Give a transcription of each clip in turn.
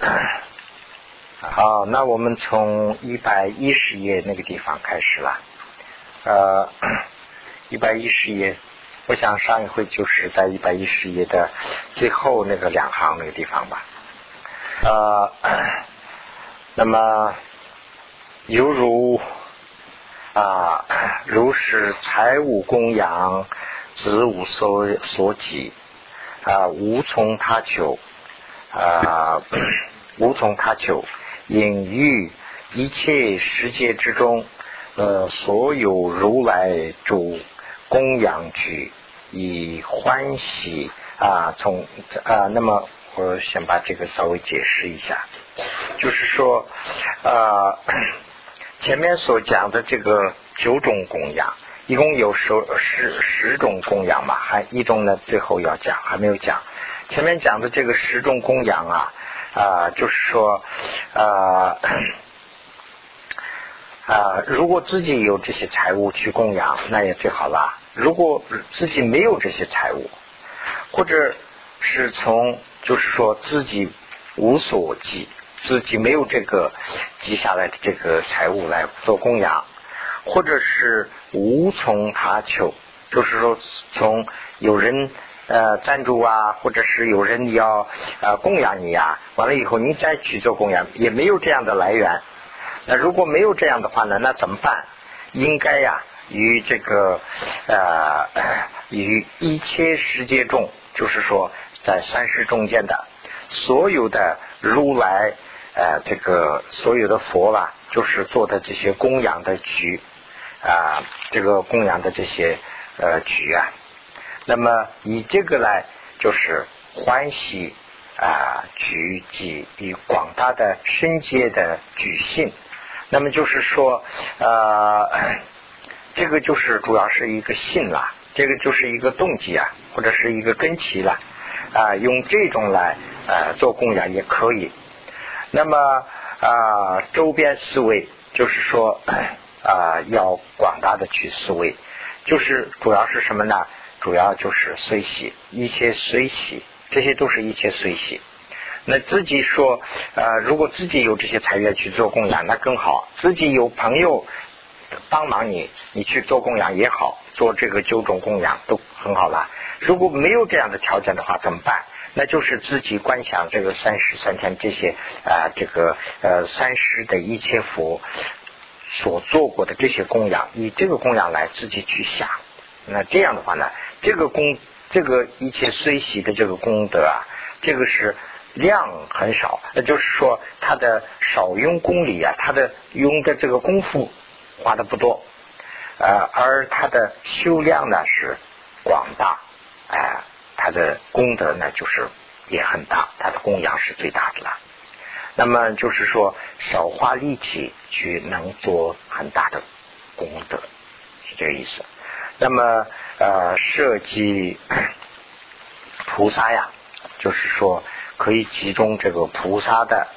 好，那我们从110页那个地方开始了。110页，我想上一回就是在110页的最后那个2行那个地方吧。那么犹如如是财物供养，子无所及，无从他求，无从他求，隐于一切世界之中，所有如来主供养具，以欢喜那么我先把这个稍微解释一下，就是说前面所讲的这个9种供养，一共有10种供养嘛，还一种呢最后要讲，还没有讲。前面讲的这个10种供养就是说如果自己有这些财物去供养，那也最好了。如果自己没有这些财物，或者是就是说自己无所积，自己没有这个积下来的这个财物来做供养，或者是无从他求，就是说从有人赞助或者是有人要供养你完了以后你再去做供养，也没有这样的来源。那如果没有这样的话呢，那怎么办？应该于这个于一切世界中，就是说在30中间的所有的如来这个所有的佛就是做的这些供养的局这个供养的这些局那么以这个来就是欢喜举己以广大的深阶的举信。那么就是说这个就是主要是一个信了，这个就是一个动机或者是一个根基了用这种来做供养也可以。那么周边思维就是说要广大的去思维，就是主要是什么呢？主要就是随喜，一切随喜，这些都是一切随喜。那自己说如果自己有这些财源去做供养那更好，自己有朋友帮忙你去做供养也好，做这个9种供养都很好了。如果没有这样的条件的话怎么办？那就是自己观想这个33天这些这个30的一切佛所做过的这些供养，以这个供养来自己去想。那这样的话呢，这个一切随喜的这个功德这个是量很少，就是说他的少用功力他的用的这个功夫花的不多而他的修量呢是广大他的功德呢就是也很大，他的供养是最大的了。那么就是说少花力气去能做很大的功德，是这个意思。那么涉及菩萨就是说可以集中这个菩萨的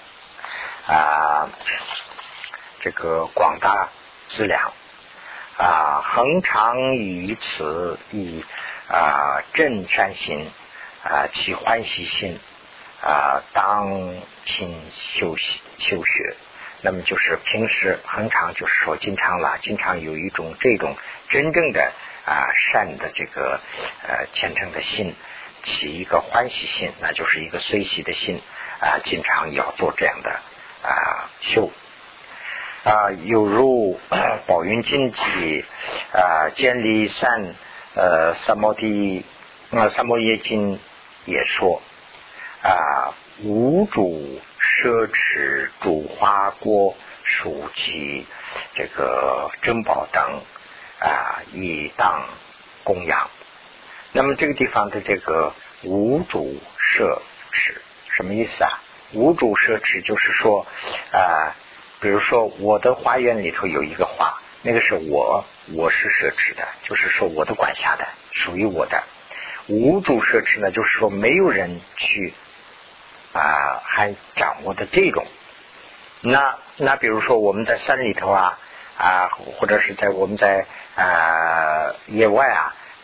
这个广大资粮恒常于此以正善心起欢喜心当勤修学。那么就是平时恒常就是说经常有一种这种真正的善的这个虔诚的心，起一个欢喜心，那就是一个随喜的心经常要做这样的修有如宝云经济建立善三摩耶经也说无主奢侈主花锅属其这个珍宝等以当供养。那么这个地方的这个无主奢侈什么意思无主奢侈就是说比如说我的花园里头有一个花，那个是我是奢侈的，就是说我的管辖的，属于我的。无主奢侈呢，就是说没有人去还掌握的这种。那比如说我们在山里头或者是我们在野外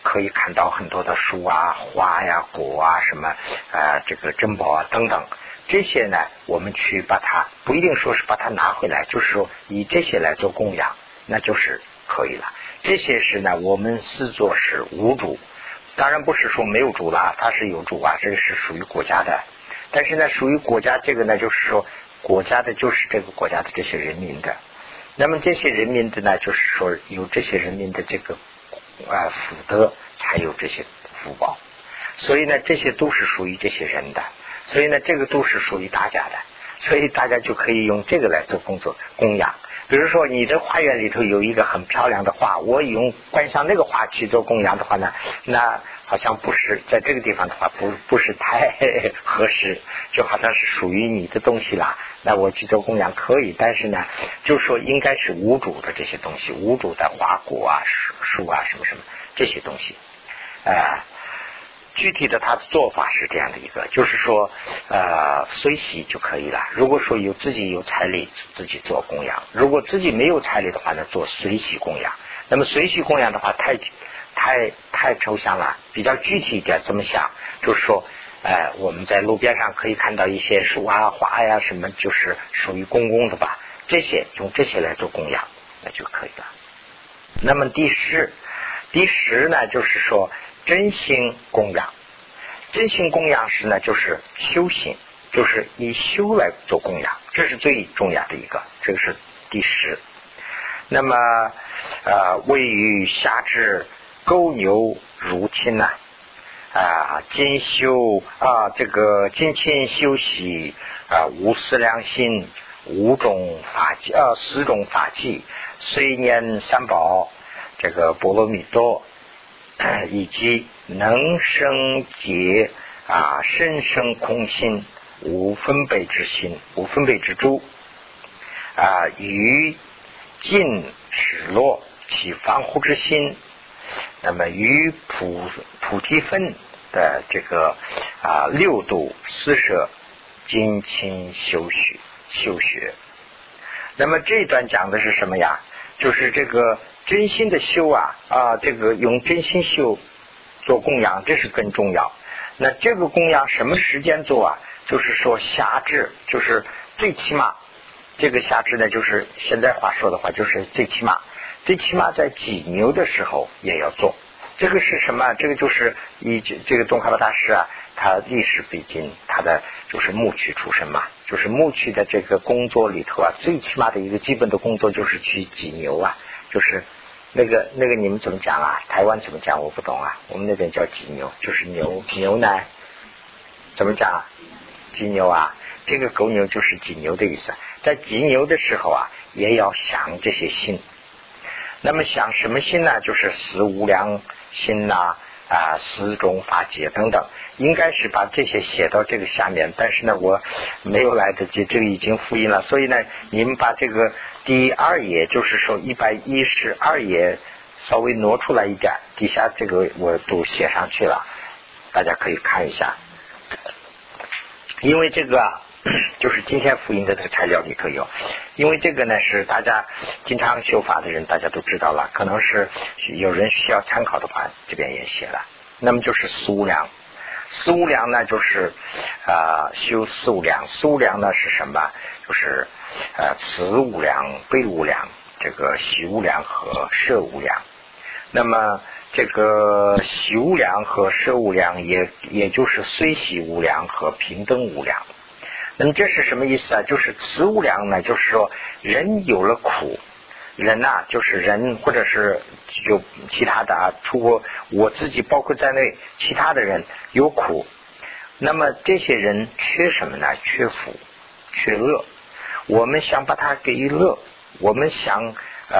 可以看到很多的树啊、花呀、果啊、什么这个珍宝啊等等，这些呢我们去把它，不一定说是把它拿回来，就是说以这些来做供养，那就是可以了。这些是呢我们视作是无主，当然不是说没有主了，它是有主啊，这个是属于国家的。但是呢属于国家这个呢，就是说国家的就是这个国家的这些人民的，那么这些人民的呢，就是说有这些人民的这个福德，才有这些福报，所以呢这些都是属于这些人的，所以呢这个都是属于大家的，所以大家就可以用这个来做工作供养。比如说你的花园里头有一个很漂亮的花，我用观赏那个花去做供养的话呢，那好像不是在这个地方的话不是太合适，就好像是属于你的东西啦，那我去做供养可以，但是呢就是说应该是无主的这些东西，无主的花果啊树啊什么什么这些东西具体的他的做法是这样的一个，就是说随喜就可以了。如果说自己有财力，自己做供养；如果自己没有财力的话呢，做随喜供养。那么随喜供养的话，太抽象了，比较具体一点，怎么想？就是说，我们在路边上可以看到一些树啊、花呀什么，就是属于公共的吧，这些用这些来做供养，那就可以了。那么第十呢，就是说真心供养。真心供养时呢，就是修行，就是以修来做供养，这是最重要的一个，这个是第十。那么位于下至狗牛如亲呐精修这个精勤修习无思量心，五种法纪四种法纪，虽念三宝，这个波罗蜜多，以及能生解深生空心，无分别之心，无分别之诸于尽始落其防护之心，那么于菩提分的这个六度四摄精勤修学。那么这一段讲的是什么呀？就是这个真心的修这个用真心修做供养，这是更重要。那这个供养什么时间做就是说夏至，就是最起码这个夏至呢，就是现在话说的话，就是最起码在己牛的时候也要做。这个是什么？这个就是这个宗喀巴大师他历史比经，他的就是牧区出身嘛，就是牧区的这个工作里头最起码的一个基本的工作就是去挤牛就是那个你们怎么讲台湾怎么讲我不懂我们那边叫挤牛，就是牛呢怎么讲挤牛这个狗牛就是挤牛的意思。在挤牛的时候也要想这些心。那么想什么心呢？就是思无量心四种法界等等，应该是把这些写到这个下面，但是呢我没有来得及，这个已经复印了，所以呢你们把这个第二页，就是说112页稍微挪出来一点，底下这个我都写上去了，大家可以看一下。因为这个就是今天复印的这个材料里头有，因为这个呢是大家经常修法的人大家都知道了，可能是有人需要参考的话，这边也写了。那么就是四无量呢就是修四无量。四无量呢是什么？就是慈无量、悲无量、这个喜无量和舍无量。那么这个喜无量和舍无量也就是随喜无量和平等无量。那么这是什么意思就是慈无量呢，就是说人有了苦，人就是人或者是有其他的除过我自己包括在内，其他的人有苦，那么这些人缺什么呢？缺福，缺乐。我们想把他给予乐，我们想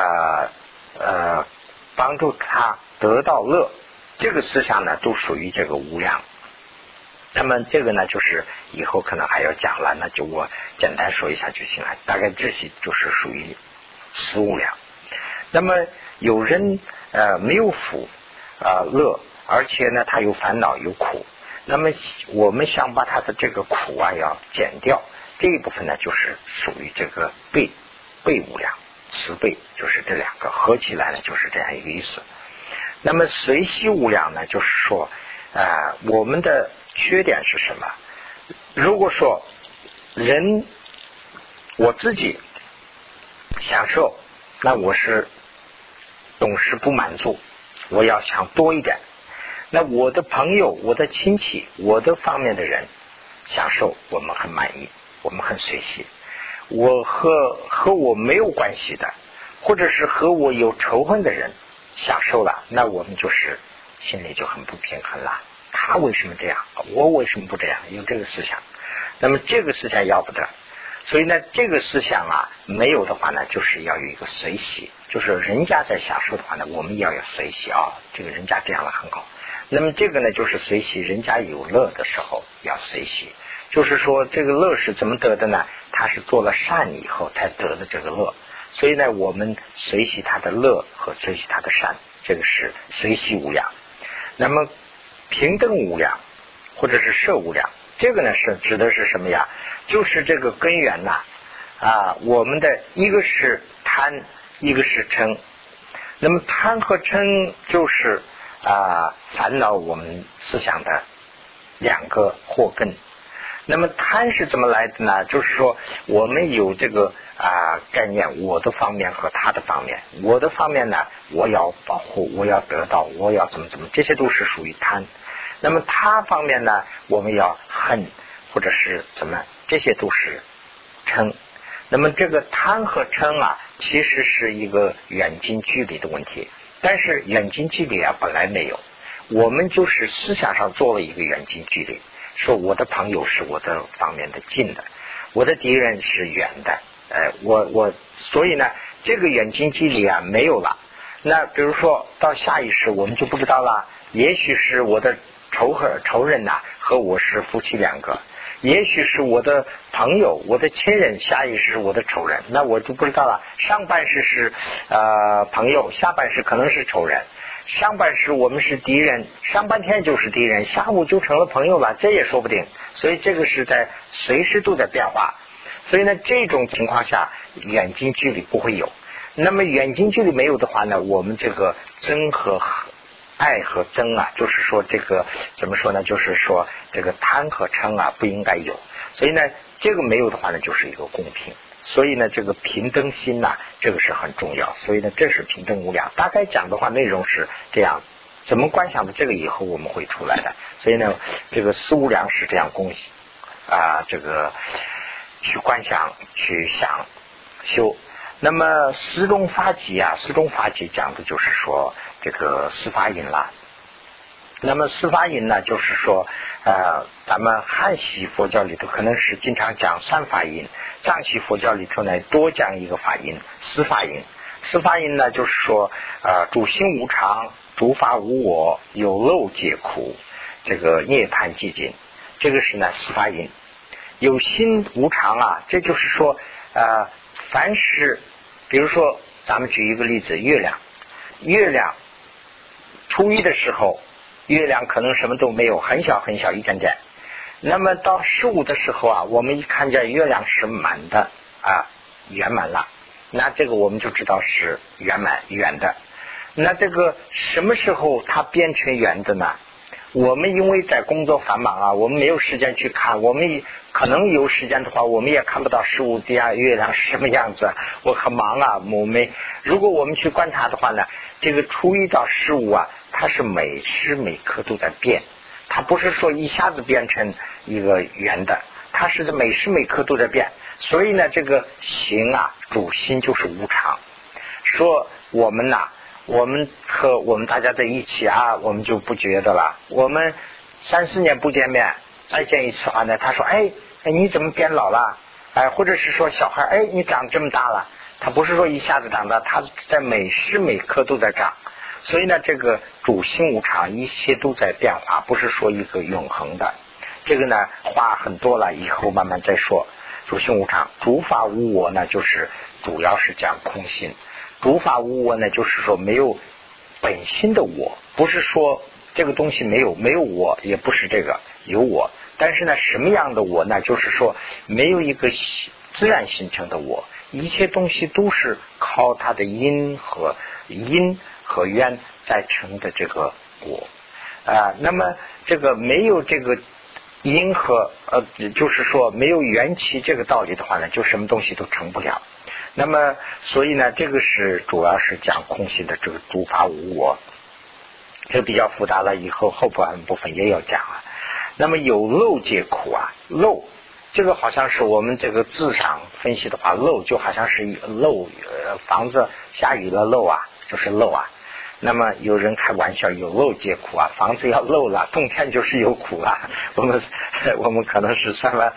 帮助他得到乐，这个思想呢都属于这个无量。那么这个呢就是以后可能还要讲了，那就我简单说一下就行了。大概这些就是属于四无量。那么有人没有福乐，而且呢他有烦恼有苦，那么我们想把他的这个苦要减掉，这一部分呢就是属于这个悲无量。慈悲就是这两个合起来呢就是这样一个意思。 那么随喜无量呢，就是说我们的缺点是什么？如果说人我自己享受，那我是总是不满足，我要想多一点。那我的朋友、我的亲戚、我的方面的人享受，我们很满意，我们很随喜。我和我没有关系的，或者是和我有仇恨的人享受了，那我们就是心里就很不平衡了。他为什么这样？我为什么不这样？有这个思想，那么这个思想要不得。所以呢，这个思想没有的话呢，就是要有一个随喜，就是人家在享受的话呢，我们要有随喜这个人家这样的很好。那么这个呢，就是随喜，人家有乐的时候要随喜。就是说这个乐是怎么得的呢？他是做了善以后才得的这个乐，所以呢，我们随喜他的乐和随喜他的善，这个是随喜无量。那么平等无量或者是摄无量，这个呢是指的是什么呀？就是这个根源我们的一个是贪，一个是嗔。那么贪和嗔就是烦恼我们思想的两个祸根。那么贪是怎么来的呢？就是说我们有这个概念，我的方面和他的方面。我的方面呢，我要保护，我要得到，我要怎么，这些都是属于贪。那么他方面呢，我们要恨或者是怎么，这些都是嗔。那么这个贪和嗔其实是一个远近距离的问题，但是远近距离本来没有，我们就是思想上做了一个远近距离，说我的朋友是我的方面的近的，我的敌人是远的，所以呢，这个远近距离没有了。那比如说到下一世，我们就不知道了，也许是我的仇人和我是夫妻两个，也许是我的朋友、我的亲人，下一世是我的仇人，那我就不知道了。上半世是朋友，下半世可能是仇人。上半世我们是敌人，上半天就是敌人，下午就成了朋友了，这也说不定。所以这个是在随时都在变化。所以呢，这种情况下远近距离不会有。那么远近距离没有的话呢，我们这个憎和爱和憎就是说这个怎么说呢？就是说这个贪和嗔不应该有。所以呢，这个没有的话呢，就是一个公平。所以呢，这个平等心这个是很重要。所以呢，这是平等无量。大概讲的话，内容是这样。怎么观想的这个以后我们会出来的。所以呢，这个思无量是这样恭喜这个去观想、去想、修。那么四中法集四中法集讲的就是说这个四法印啦。那么四法印呢，就是说咱们汉系佛教里头可能是经常讲三法印，藏系佛教里头呢多讲一个法印，四法印。四法印呢，就是说诸心无常，诸法无我，有漏皆苦，这个涅槃寂尽，这个是呢四法印。有心无常这就是说凡是比如说咱们举一个例子，月亮初一的时候，月亮可能什么都没有，很小很小一点点。那么到15的时候我们一看见月亮是满的圆满了，那这个我们就知道是圆满圆的。那这个什么时候它变成圆的呢？我们因为在工作繁忙我们没有时间去看，我们可能有时间的话，我们也看不到15第二月亮是什么样子，我很忙如果我们去观察的话呢，这个初一到15它是每时每刻都在变，它不是说一下子变成一个圆的，它是每时每刻都在变。所以呢，这个行主心就是无常。说我们我们和我们大家在一起我们就不觉得了。我们3、4年不见面，再见一次呢，他说你怎么变老了？或者是说小孩你长这么大了，他不是说一下子长大，他在每时每刻都在长。所以呢，这个主心无常，一切都在变化，不是说一个永恒的。这个呢话很多了，以后慢慢再说。主心无常，诸法无我呢，就是主要是讲空心。诸法无我呢，就是说没有本心的我，不是说这个东西没有我，也不是这个有我。但是呢，什么样的我呢？就是说没有一个自然形成的我，一切东西都是靠它的因和和缘再成的这个果那么这个没有这个因和就是说没有缘起这个道理的话呢，就什么东西都成不了。那么所以呢，这个是主要是讲空性的这个诸法无我，这比较复杂了，以后后半部分也要讲啊。那么有漏皆苦啊，漏这个好像是我们这个字上分析的话，漏就好像是漏房子下雨了漏啊，就是漏啊。那么有人开玩笑，有漏皆苦啊，房子要漏了，冬天就是有苦啊。我们可能是三藩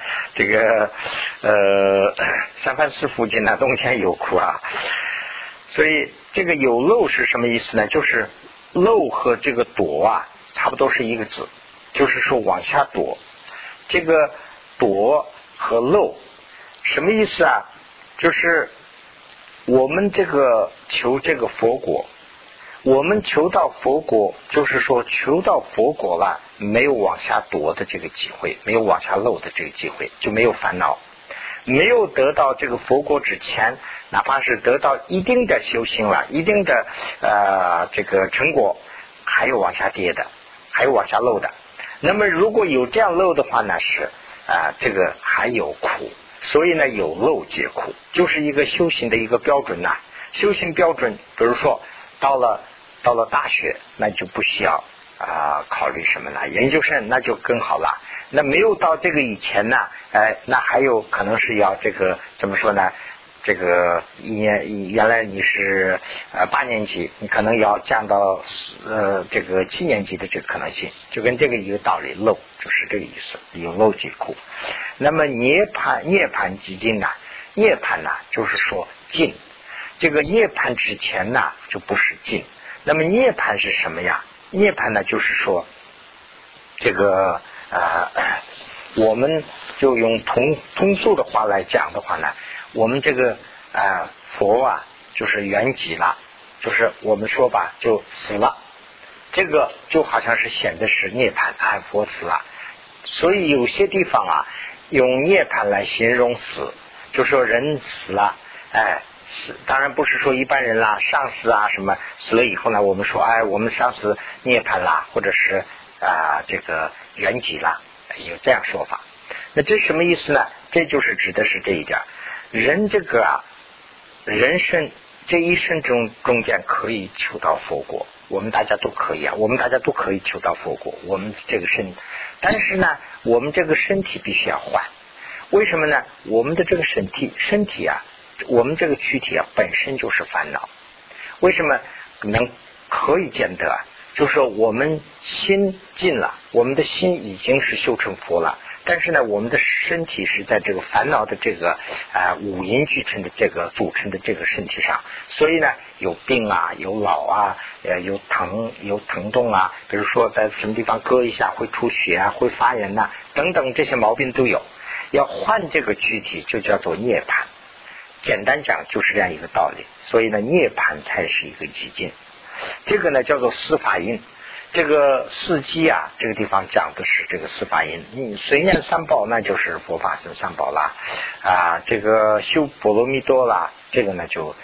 市附近呢，冬天有苦啊。所以这个有漏是什么意思呢？就是漏和这个躲啊，差不多是一个字，就是说往下躲。这个躲和漏什么意思啊？就是我们这个求这个佛果。我们求到佛果，就是说求到佛果了，没有往下躲的这个机会，没有往下漏的这个机会，就没有烦恼。没有得到这个佛果之前，哪怕是得到一定的修行了，一定的这个成果，还有往下跌的，还有往下漏的。那么如果有这样漏的话呢，是这个还有苦。所以呢，有漏皆苦，就是一个修行的一个标准呐。修行标准，比如说到了大学，那就不需要考虑什么了，研究生那就更好了。那没有到这个以前呢，那还有可能是要这个怎么说呢？这个原来你是8年级，你可能要降到这个7年级的这个可能性，就跟这个一个道理，漏就是这个意思，有漏即苦。那么涅槃即尽呐，涅槃呐就是说尽，这个涅槃之前呐就不是尽。那么涅槃是什么呀？涅槃呢就是说这个我们就用通俗的话来讲的话呢，我们这个佛啊就是圆寂了，就是我们说吧就死了，这个就好像是显得是涅槃佛死了。所以有些地方啊用涅槃来形容死，就说人死了死，当然不是说一般人啦，上司啊什么死了以后呢，我们说我们上司涅槃啦，或者是这个圆寂啦，有这样说法。那这什么意思呢？这就是指的是这一点，人这个人生这一生中间可以求到佛果，我们大家都可以啊，我们大家都可以求到佛果，我们这个但是呢，我们这个身体必须要换。为什么呢？我们的这个身体啊，我们这个躯体啊本身就是烦恼。为什么可以见得就是说我们心尽了，我们的心已经是修成佛了，但是呢我们的身体是在这个烦恼的这个五阴俱成的这个组成的这个身体上，所以呢有病啊，有老啊，有疼痛啊，比如说在什么地方割一下会出血啊，会发炎啊等等，这些毛病都有。要换这个躯体就叫做涅槃，简单讲就是这样一个道理。所以呢涅槃才是一个极尽。这个呢叫做四法印。这个四机啊，这个地方讲的是这个四法印。你随念三宝那就是佛法僧三宝啦这个修波罗蜜多啦，这个呢就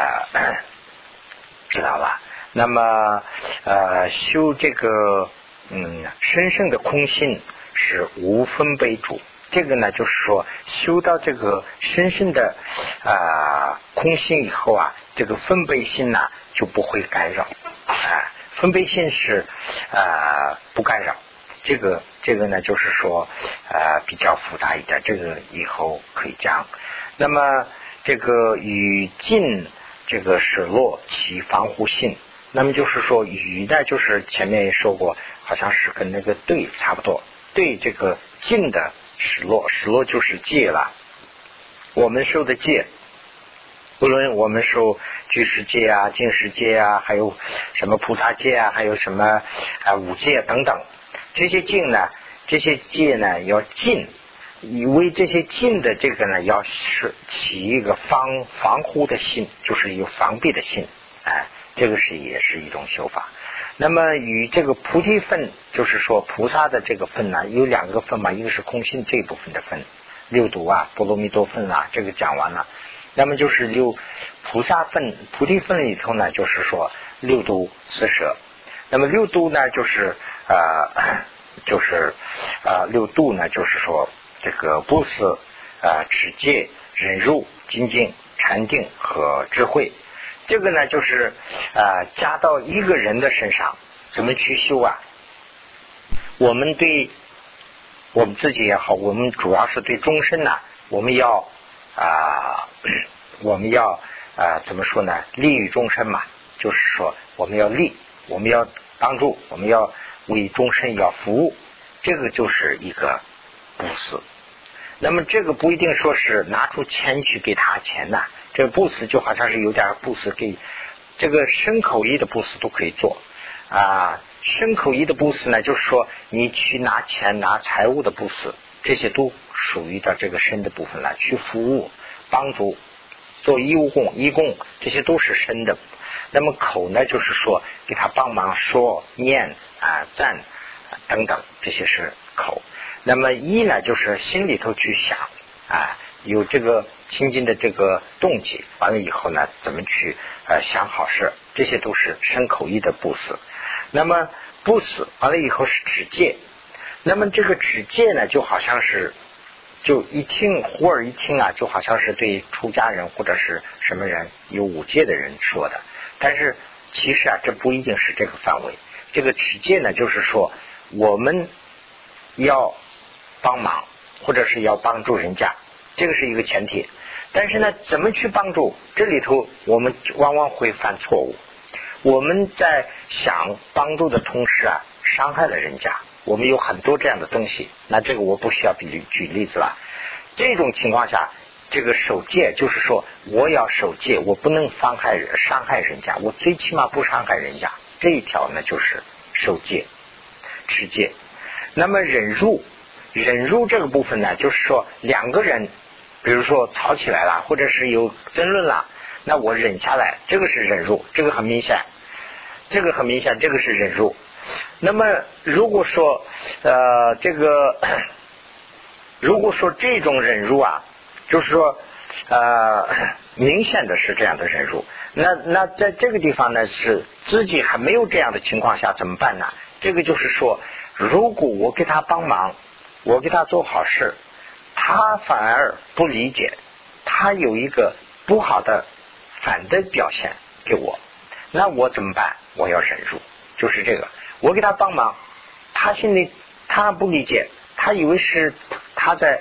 知道了。那么修这个深深的空性是无分别主，这个呢就是说修到这个深深的空性以后啊，这个分别心呢就不会干扰分别心是不干扰。这个呢就是说比较复杂一点，这个以后可以讲。那么这个与尽这个是落其防护性，那么就是说与呢就是前面也说过，好像是跟那个对差不多，对这个尽的失落就是戒了。我们受的戒，无论我们受居士戒啊、净持戒啊，还有什么菩萨戒啊，还有什么五戒等等，这些戒呢要尽，以为这些尽的这个呢要起一个防护的心，就是有防备的心这个也是一种修法。那么与这个菩提分，就是说菩萨的这个分呢有两个分嘛，一个是空性这一部分的分，六度啊、波罗蜜多分啊，这个讲完了。那么就是菩萨分、菩提分里头呢，就是说六度四摄。那么六度呢，就是六度呢，就是说这个布施、持戒、忍辱、精进、禅定和智慧。这个呢，就是加到一个人的身上，怎么去修啊？我们对我们自己也好，我们主要是对众生呢，我们要怎么说呢？利于众生嘛，就是说我们要利，我们要帮助，我们要为众生要服务，这个就是一个布施。那么这个不一定说是拿出钱去给他钱呐，这个布施就好像是有点布施，给这个身口意的布施都可以做身口意的布施呢，就是说你去拿钱拿财物的布施，这些都属于到这个身的部分了，去服务帮助做义工，这些都是身的。那么口呢，就是说给他帮忙说念赞等等，这些是口。那么意呢，就是心里头去想有这个清净的这个动机，完了以后呢，怎么去想好事，这些都是身口意的布施。那么布施完了以后是持戒。那么这个持戒呢，就好像是就忽而一听就好像是对出家人或者是什么人有五戒的人说的，但是其实这不一定是这个范围。这个持戒呢，就是说我们要帮忙或者是要帮助人家，这个是一个前提。但是呢，怎么去帮助，这里头我们往往会犯错误。我们在想帮助的同时伤害了人家，我们有很多这样的东西，那这个我不需要举例子了。这种情况下，这个守戒就是说我要守戒，我不能伤害人家，我最起码不伤害人家，这一条呢就是守戒持戒。那么忍辱这个部分呢，就是说两个人比如说吵起来了，或者是有争论了，那我忍下来，这个是忍辱，这个很明显，这个是忍辱。那么如果说这种忍辱就是说明显的是这样的忍辱，那在这个地方呢，是自己还没有这样的情况下怎么办呢？这个就是说，如果我给他帮忙，我给他做好事，他反而不理解，他有一个不好的反的表现给我，那我怎么办？我要忍辱，就是这个。我给他帮忙，他心里他不理解，他以为是他在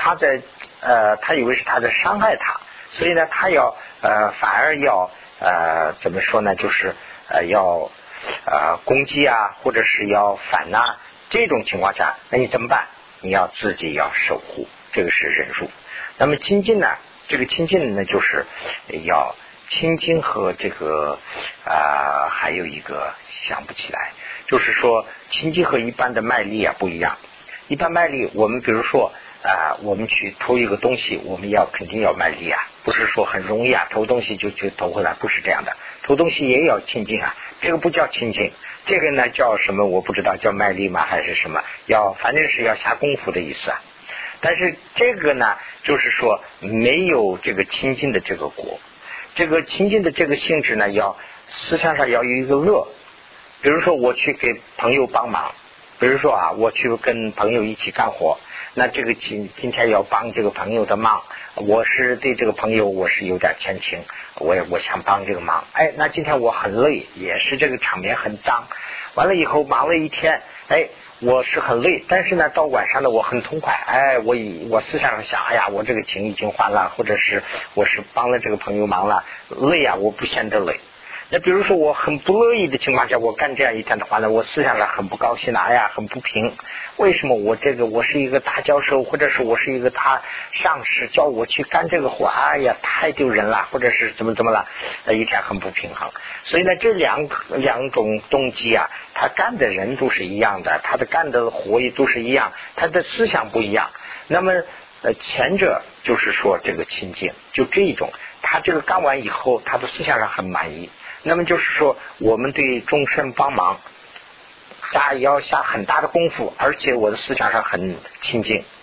伤害他，所以呢，他要反而要怎么说呢？就是要攻击或者是要反这种情况下，那你怎么办？你要自己要守护，这个是忍辱。那么亲近呢？这个亲近呢，就是要亲近和这个还有一个想不起来，就是说亲近和一般的卖力不一样。一般卖力，我们比如说我们去偷一个东西，我们肯定要卖力不是说很容易偷东西就偷回来，不是这样的。偷东西也要亲近这个不叫亲近，这个呢叫什么我不知道，叫卖力吗还是什么？反正是要下功夫的意思但是这个呢，就是说没有这个亲近的这个果，这个亲近的这个性质呢，要思想上要有一个乐。比如说我去给朋友帮忙，比如说我去跟朋友一起干活，那这个今天要帮这个朋友的忙，我是对这个朋友我是有点欠情，我想帮这个忙，那今天我很累，也是这个场面很脏，完了以后忙了一天，我是很累，但是呢到晚上呢我很痛快，我思想上想，我这个情已经还了，或者是我是帮了这个朋友忙了，累我不显得累。那比如说我很不乐意的情况下，我干这样一天的话呢，我思想上很不高兴很不平。为什么我是一个大教授，或者是我是一个大上司，叫我去干这个活，太丢人了，或者是怎么了，一天很不平衡。所以呢，这两种动机他干的人都是一样的，他的干的活也都是一样，他的思想不一样。那么前者就是说这个亲近，就这一种，他这个干完以后，他的思想上很满意。那么就是说我们对众生帮忙要下很大的功夫，而且我的思想上很亲近，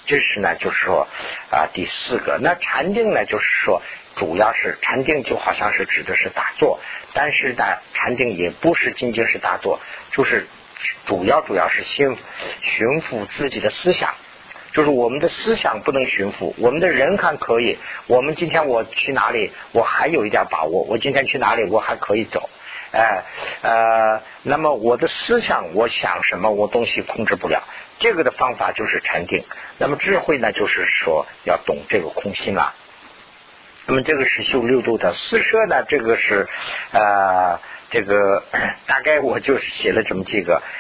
这是呢就是说第4个。那禅定呢就是说主要是禅定就好像是指的是打坐，但是呢禅定也不是仅仅是打坐，就是主要是驯服自己的思想，就是我们的思想不能驯服，我们的人还可以，我们今天我去哪里我还有一点把握，我今天去哪里我还可以走，那么我的思想我想什么我东西控制不了，这个的方法就是禅定。那么智慧呢就是说要懂这个空心了。那么这个是修6度的。四摄呢这个是这个大概我就是写了这么几个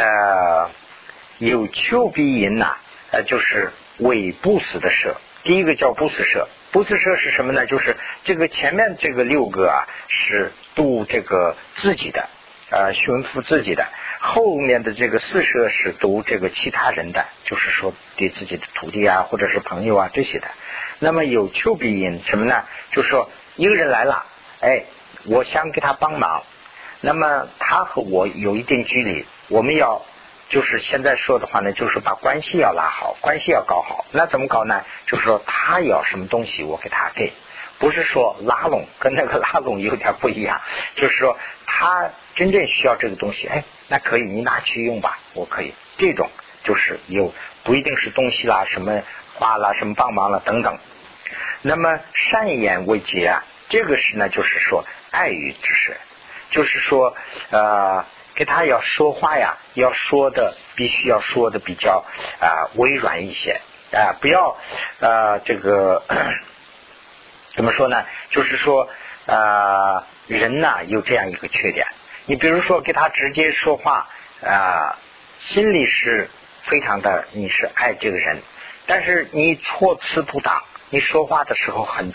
有求必应呐，就是为不死的摄。第一个叫不死摄，不死摄是什么呢？就是这个前面这个6个是度这个自己的驯服自己的，后面的这个四摄是度这个其他人的，就是说对自己的徒弟或者是朋友这些的。那么有求必应什么呢？就是说一个人来了，我想给他帮忙，那么他和我有一定距离，我们要就是现在说的话呢，就是把关系要拉好，关系要搞好。那怎么搞呢？就是说他要什么东西我给他给，不是说拉拢，跟那个拉拢有点不一样，就是说他真正需要这个东西，那可以你拿去用吧，我可以，这种就是有不一定是东西啦，什么花啦，什么帮忙了等等。那么善言为节这个是呢就是说爱语之事，就是说给他要说话要说的必须要说的比较微软一些不要这个怎么说呢？就是说人有这样一个缺点，你比如说给他直接说话心里是非常的你是爱这个人，但是你措辞不当，你说话的时候很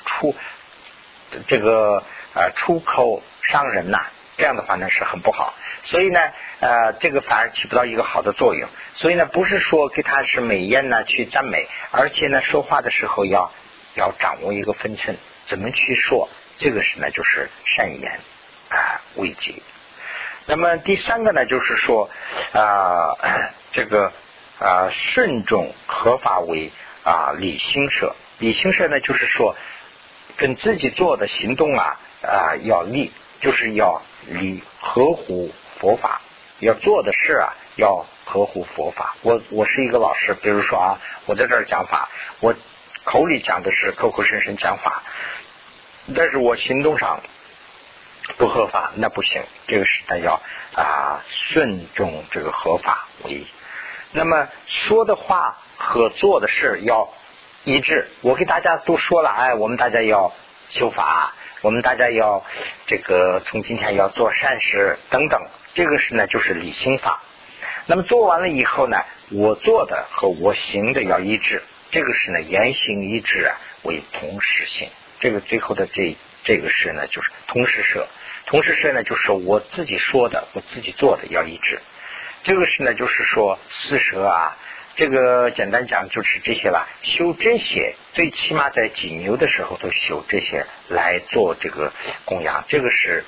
出口伤人这样的话呢是很不好，所以呢这个反而起不到一个好的作用。所以呢不是说给他是美艳去赞美，而且呢说话的时候要掌握一个分寸，怎么去说，这个是呢就是善言为节。那么第3个呢就是说这个慎重合法为理心摄。理心摄呢就是说跟自己做的行动要立，就是要合乎佛法，要做的事要合乎佛法。我是一个老师，比如说我在这儿讲法，我口里讲的是口口声声讲法，但是我行动上不合法那不行，这个是他要顺重这个合法为。那么说的话和做的事要一致。我给大家都说了我们大家要修法，我们大家要这个从今天要做善事等等，这个是呢就是理心法。那么做完了以后呢，我做的和我行的要一致，这个是呢言行一致为同时性。这个最后的这个是呢就是同时摄。同时摄呢就是我自己说的我自己做的要一致。这个是呢就是说四摄这个简单讲就是这些了。修这些最起码在己牛的时候都修这些来做这个供养，这个是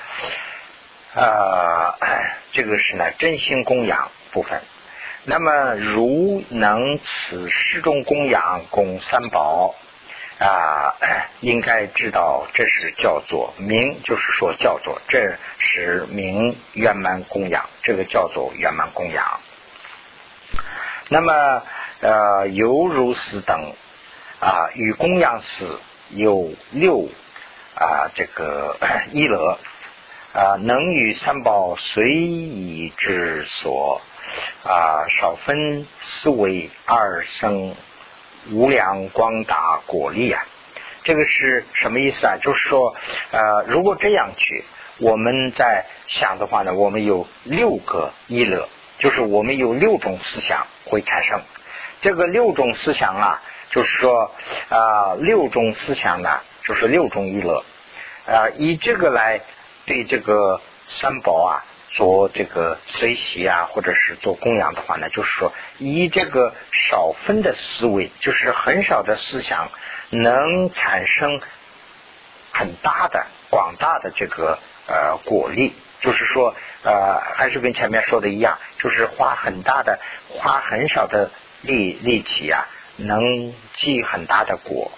呢真心供养部分。那么如能此十种供养供三宝应该知道这是叫做名，就是说叫做这是名圆满供养，这个叫做圆满供养。那么犹如此等与供养死有6这个一乐能与三宝随意之所少分思维而生无量广大果力这个是什么意思就是说如果这样去我们在想的话呢，我们有6个一乐，就是我们有6种思想会产生。这个6种思想就是说6种思想呢就是6种一乐以这个来对这个三宝做这个随喜或者是做供养的话呢，就是说以这个少分的思维，就是很少的思想能产生很大的广大的这个果力，就是说还是跟前面说的一样，就是花很少的力气能积很大的果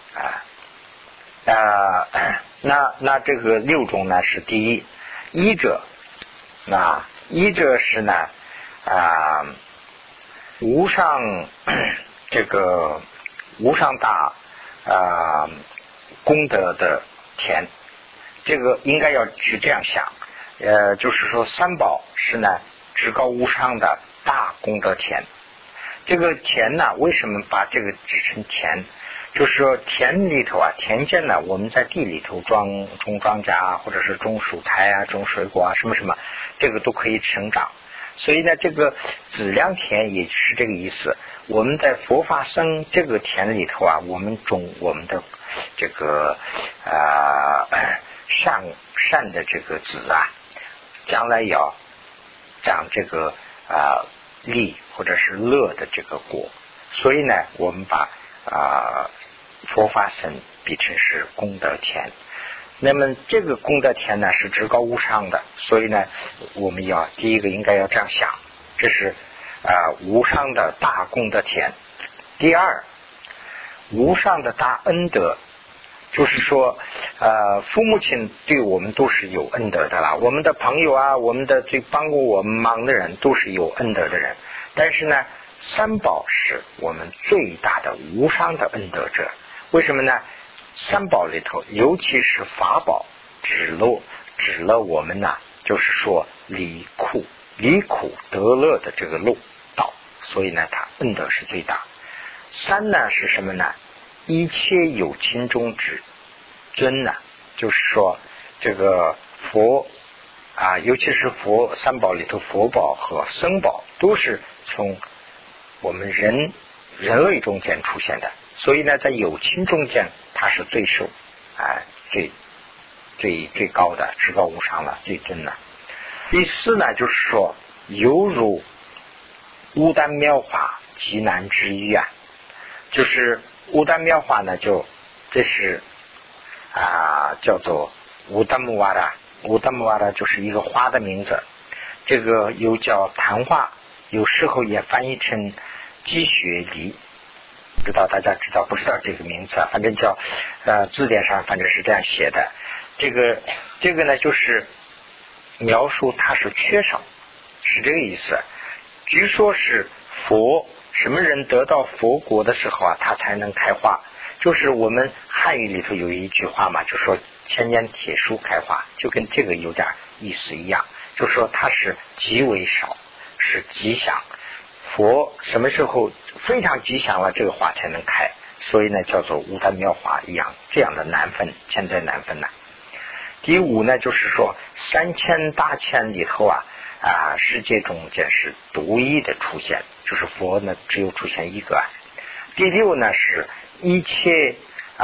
那这个6种呢是第一，依者，依者是呢无上这个无上大功德的田，这个应该要去这样想，就是说三宝是呢至高无上的大功德田。这个田呢，为什么把这个指成田？就是说田里头田间呢，我们在地里头种庄稼或者是种蔬菜种水果什么什么，这个都可以生长。所以呢，这个子良田也是这个意思。我们在佛法僧这个田里头我们种我们的这个善的这个子将来要长这个利或者是乐的这个果。所以呢，我们把佛法僧比成是功德田。那么这个功德田呢是至高无上的，所以呢我们要第一个应该要这样想，这是无上的大功德田。第二，无上的大恩德，就是说父母亲对我们都是有恩德的啦，我们的朋友我们的最帮过我们忙的人都是有恩德的人。但是呢，三宝是我们最大的无上的恩德者。为什么呢？三宝里头，尤其是法宝指了我们就是说离苦得乐的这个路道，所以呢它恩德是最大。三呢是什么呢？一切有情中之尊就是说这个佛尤其是佛三宝里头，佛宝和僧宝都是从我们人类中间出现的，所以呢在有情中间它是最受最高的，至高无上了，最真了。第四呢就是说犹如乌丹妙法极难之一就是乌丹妙法呢这是叫做乌丹木瓦拉。乌丹木瓦拉就是一个花的名字，这个又叫昙花，有时候也翻译成积雪梨，不知道大家不知道这个名字反正叫字典上反正是这样写的。这个呢就是描述它是缺少，是这个意思。据说是佛什么人得到佛国的时候他才能开花，就是我们汉语里头有一句话嘛，就说千年铁树开花，就跟这个有点意思一样，就说它是极为少，是吉祥。佛什么时候非常吉祥了，这个花才能开，所以呢叫做无丹妙花一样，这样的难分，千载难分第五呢就是说3000大千里头世界中间是独一的出现，就是佛呢只有出现一个第六呢是一切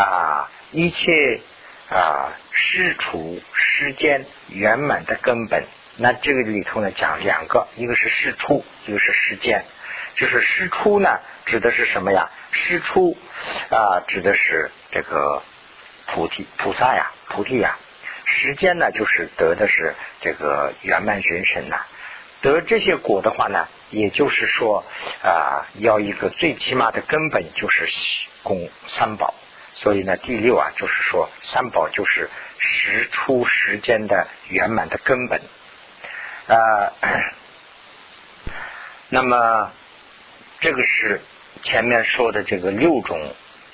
世出世间圆满的根本。那这个里头呢讲两个，一个是世出，一个是世间。就是世出呢指的是什么呀？世出指的是这个菩提世间呢就是得的是这个圆满人生得这些果的话呢，也就是说要一个最起码的根本就是供三宝。所以呢第六就是说三宝就是时出时间的圆满的根本那么这个是前面说的这个六种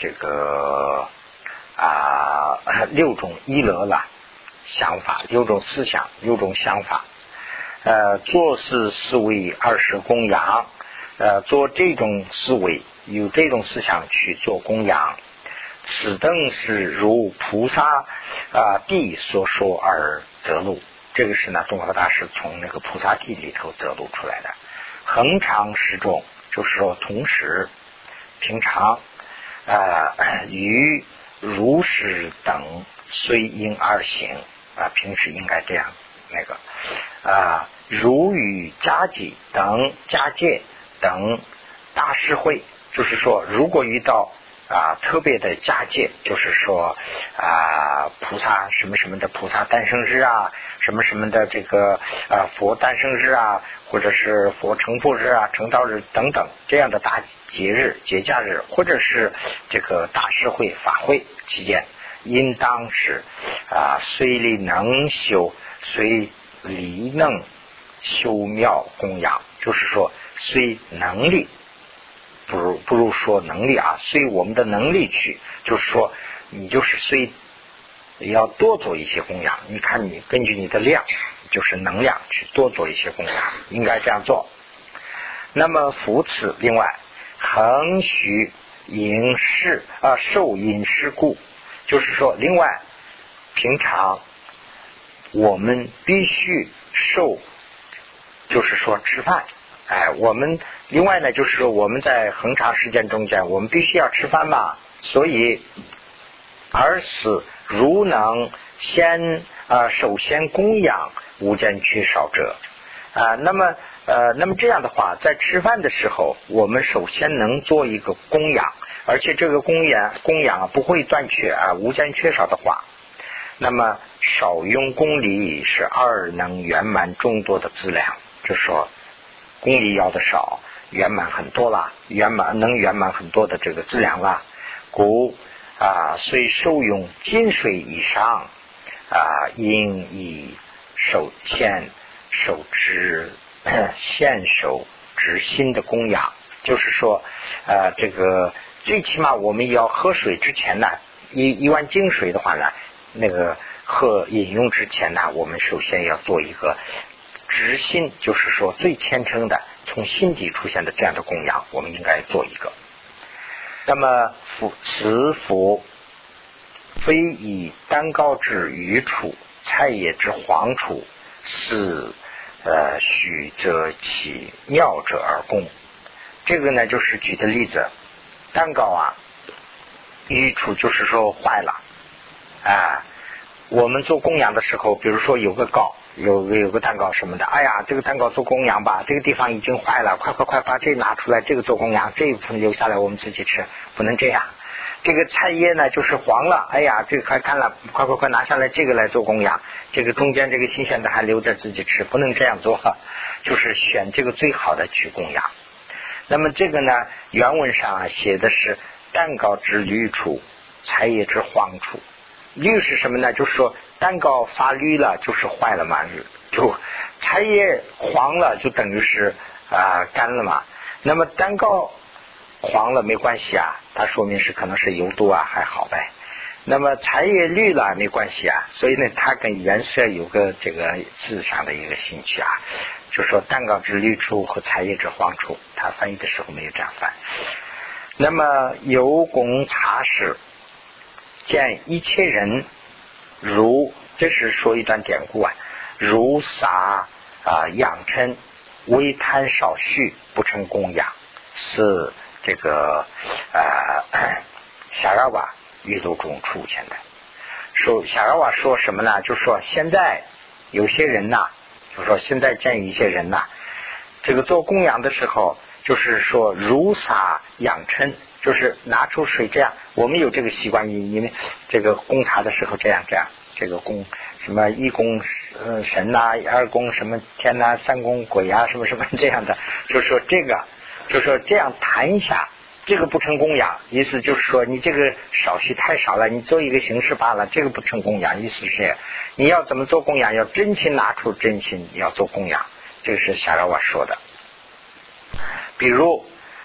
依勒想法，六种思想，六种想法做事思维20供养做这种思维，有这种思想去做供养，此等是如菩萨地所说而得路。这个是呢宗喀大师从那个菩萨地里头得路出来的。恒常时众就是说同时平常与如是等随因而行平时应该这样如与家计等家界等大事会，就是说如果遇到特别的佳节，就是说菩萨什么什么的菩萨诞生日啊，什么什么的这个佛诞生日啊，或者是佛成佛日啊、成道日等等这样的大节日、节假日，或者是这个大事会、法会期间，应当是虽力能修，虽力能修庙供养，就是说虽能力。不如说能力随我们的能力去，就是说你就是虽要多做一些供养，你看你根据你的量，就是能量去多做一些供养，应该这样做。那么扶持另外恒许饮食受饮食故，就是说另外平常我们必须受，就是说吃饭。我们另外呢，就是说我们在恒长时间中间，我们必须要吃饭嘛，所以而是如能首先供养无间缺少者那么这样的话，在吃饭的时候，我们首先能做一个供养，而且这个供养不会断缺无间缺少的话，那么少用功力是二能圆满众多的资粮，就是说功力要的少，圆满很多啦，能圆满很多的这个资粮啦。故虽受用金水以上应以手持现手执心的供养，就是说这个最起码我们要喝水之前呢，一碗净水的话呢，那个饮用之前呢，我们首先要做一个直心，就是说最虔诚的从心底出现的这样的供养，我们应该做一个。那么此佛非以丹膏之余处，菜叶之黄处，是许则其妙者而供。这个呢就是举的例子，蛋糕余处就是说坏了我们做供养的时候，比如说有个糕，有个蛋糕什么的，这个蛋糕做供养吧，这个地方已经坏了，快把这拿出来，这个做供养，这一部分留下来我们自己吃，不能这样。这个菜叶呢就是黄了，这个快干了，快拿下来这个来做供养，这个中间这个新鲜的还留着自己吃，不能这样做，就是选这个最好的去供养。那么这个呢原文上写的是蛋糕之绿处，菜叶之黄处。绿是什么呢？就是说蛋糕发绿了就是坏了嘛，就菜叶黄了就等于是干了嘛。那么蛋糕黄了没关系它说明是可能是油多还好呗。那么菜叶绿了没关系所以呢它跟颜色有个这个字上的一个兴趣就说蛋糕之绿处和菜叶之黄处，它翻译的时候没有这样翻。那么有功察使见一切人如，这是说一段典故如撒养嗔，微贪少许，不成供养，是这个夏拉瓦语录中出现的。说夏拉瓦说什么呢？就说现在有些人就说现在见一些人这个做供养的时候，就是说如撒养嗔，就是拿出水这样，我们有这个习惯，你们这个供茶的时候这样，这个供什么一供神二供什么天三供鬼什么什么这样的，就说这个就说这样谈一下，这个不成供养，意思就是说你这个少许太少了，你做一个形式罢了，这个不成供养，意思是你要怎么做供养，要真心拿出真心要做供养，这个是夏拉瓦说的。比如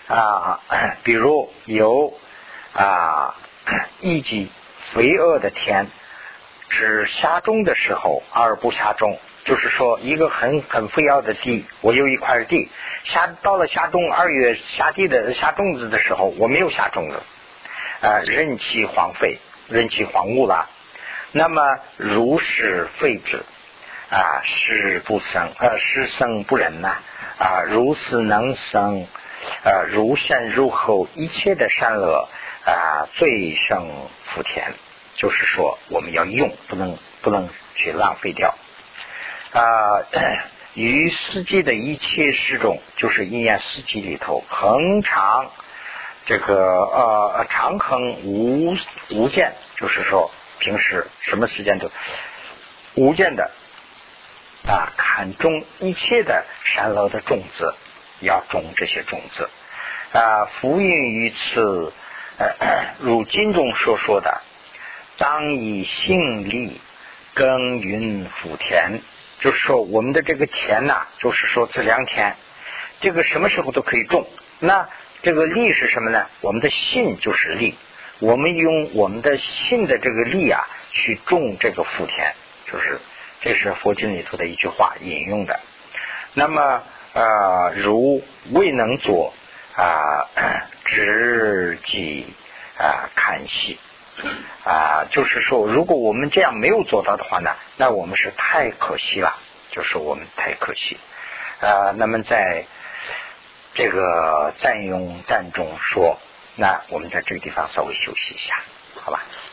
有一级肥恶的田，只下种的时候而不下种，就是说一个很肥沃的地，我有一块地，到了下种2月下种子的时候，我没有下种子任其荒废，任其荒芜了。那么如是废之是生不仁如此能生如先如后一切的善恶最胜福田，就是说我们要用，不能去浪费掉于四季的一切事中，就是一年四季里头恒常这个常恒无间，就是说平时什么时间都无间的看种一切的善恶的种子，要种这些种子福运于此如经中所说的，当以性力耕耘福田，就是说我们的这个田就是说这2天这个什么时候都可以种。那这个力是什么呢？我们的信就是力，我们用我们的信的这个力去种这个福田，就是这是佛经里头的一句话引用的。那么如未能做知己看戏就是说如果我们这样没有做到的话呢，那我们是太可惜了，就是我们太可惜那么在这个赞中说，那我们在这个地方稍微休息一下，好吧。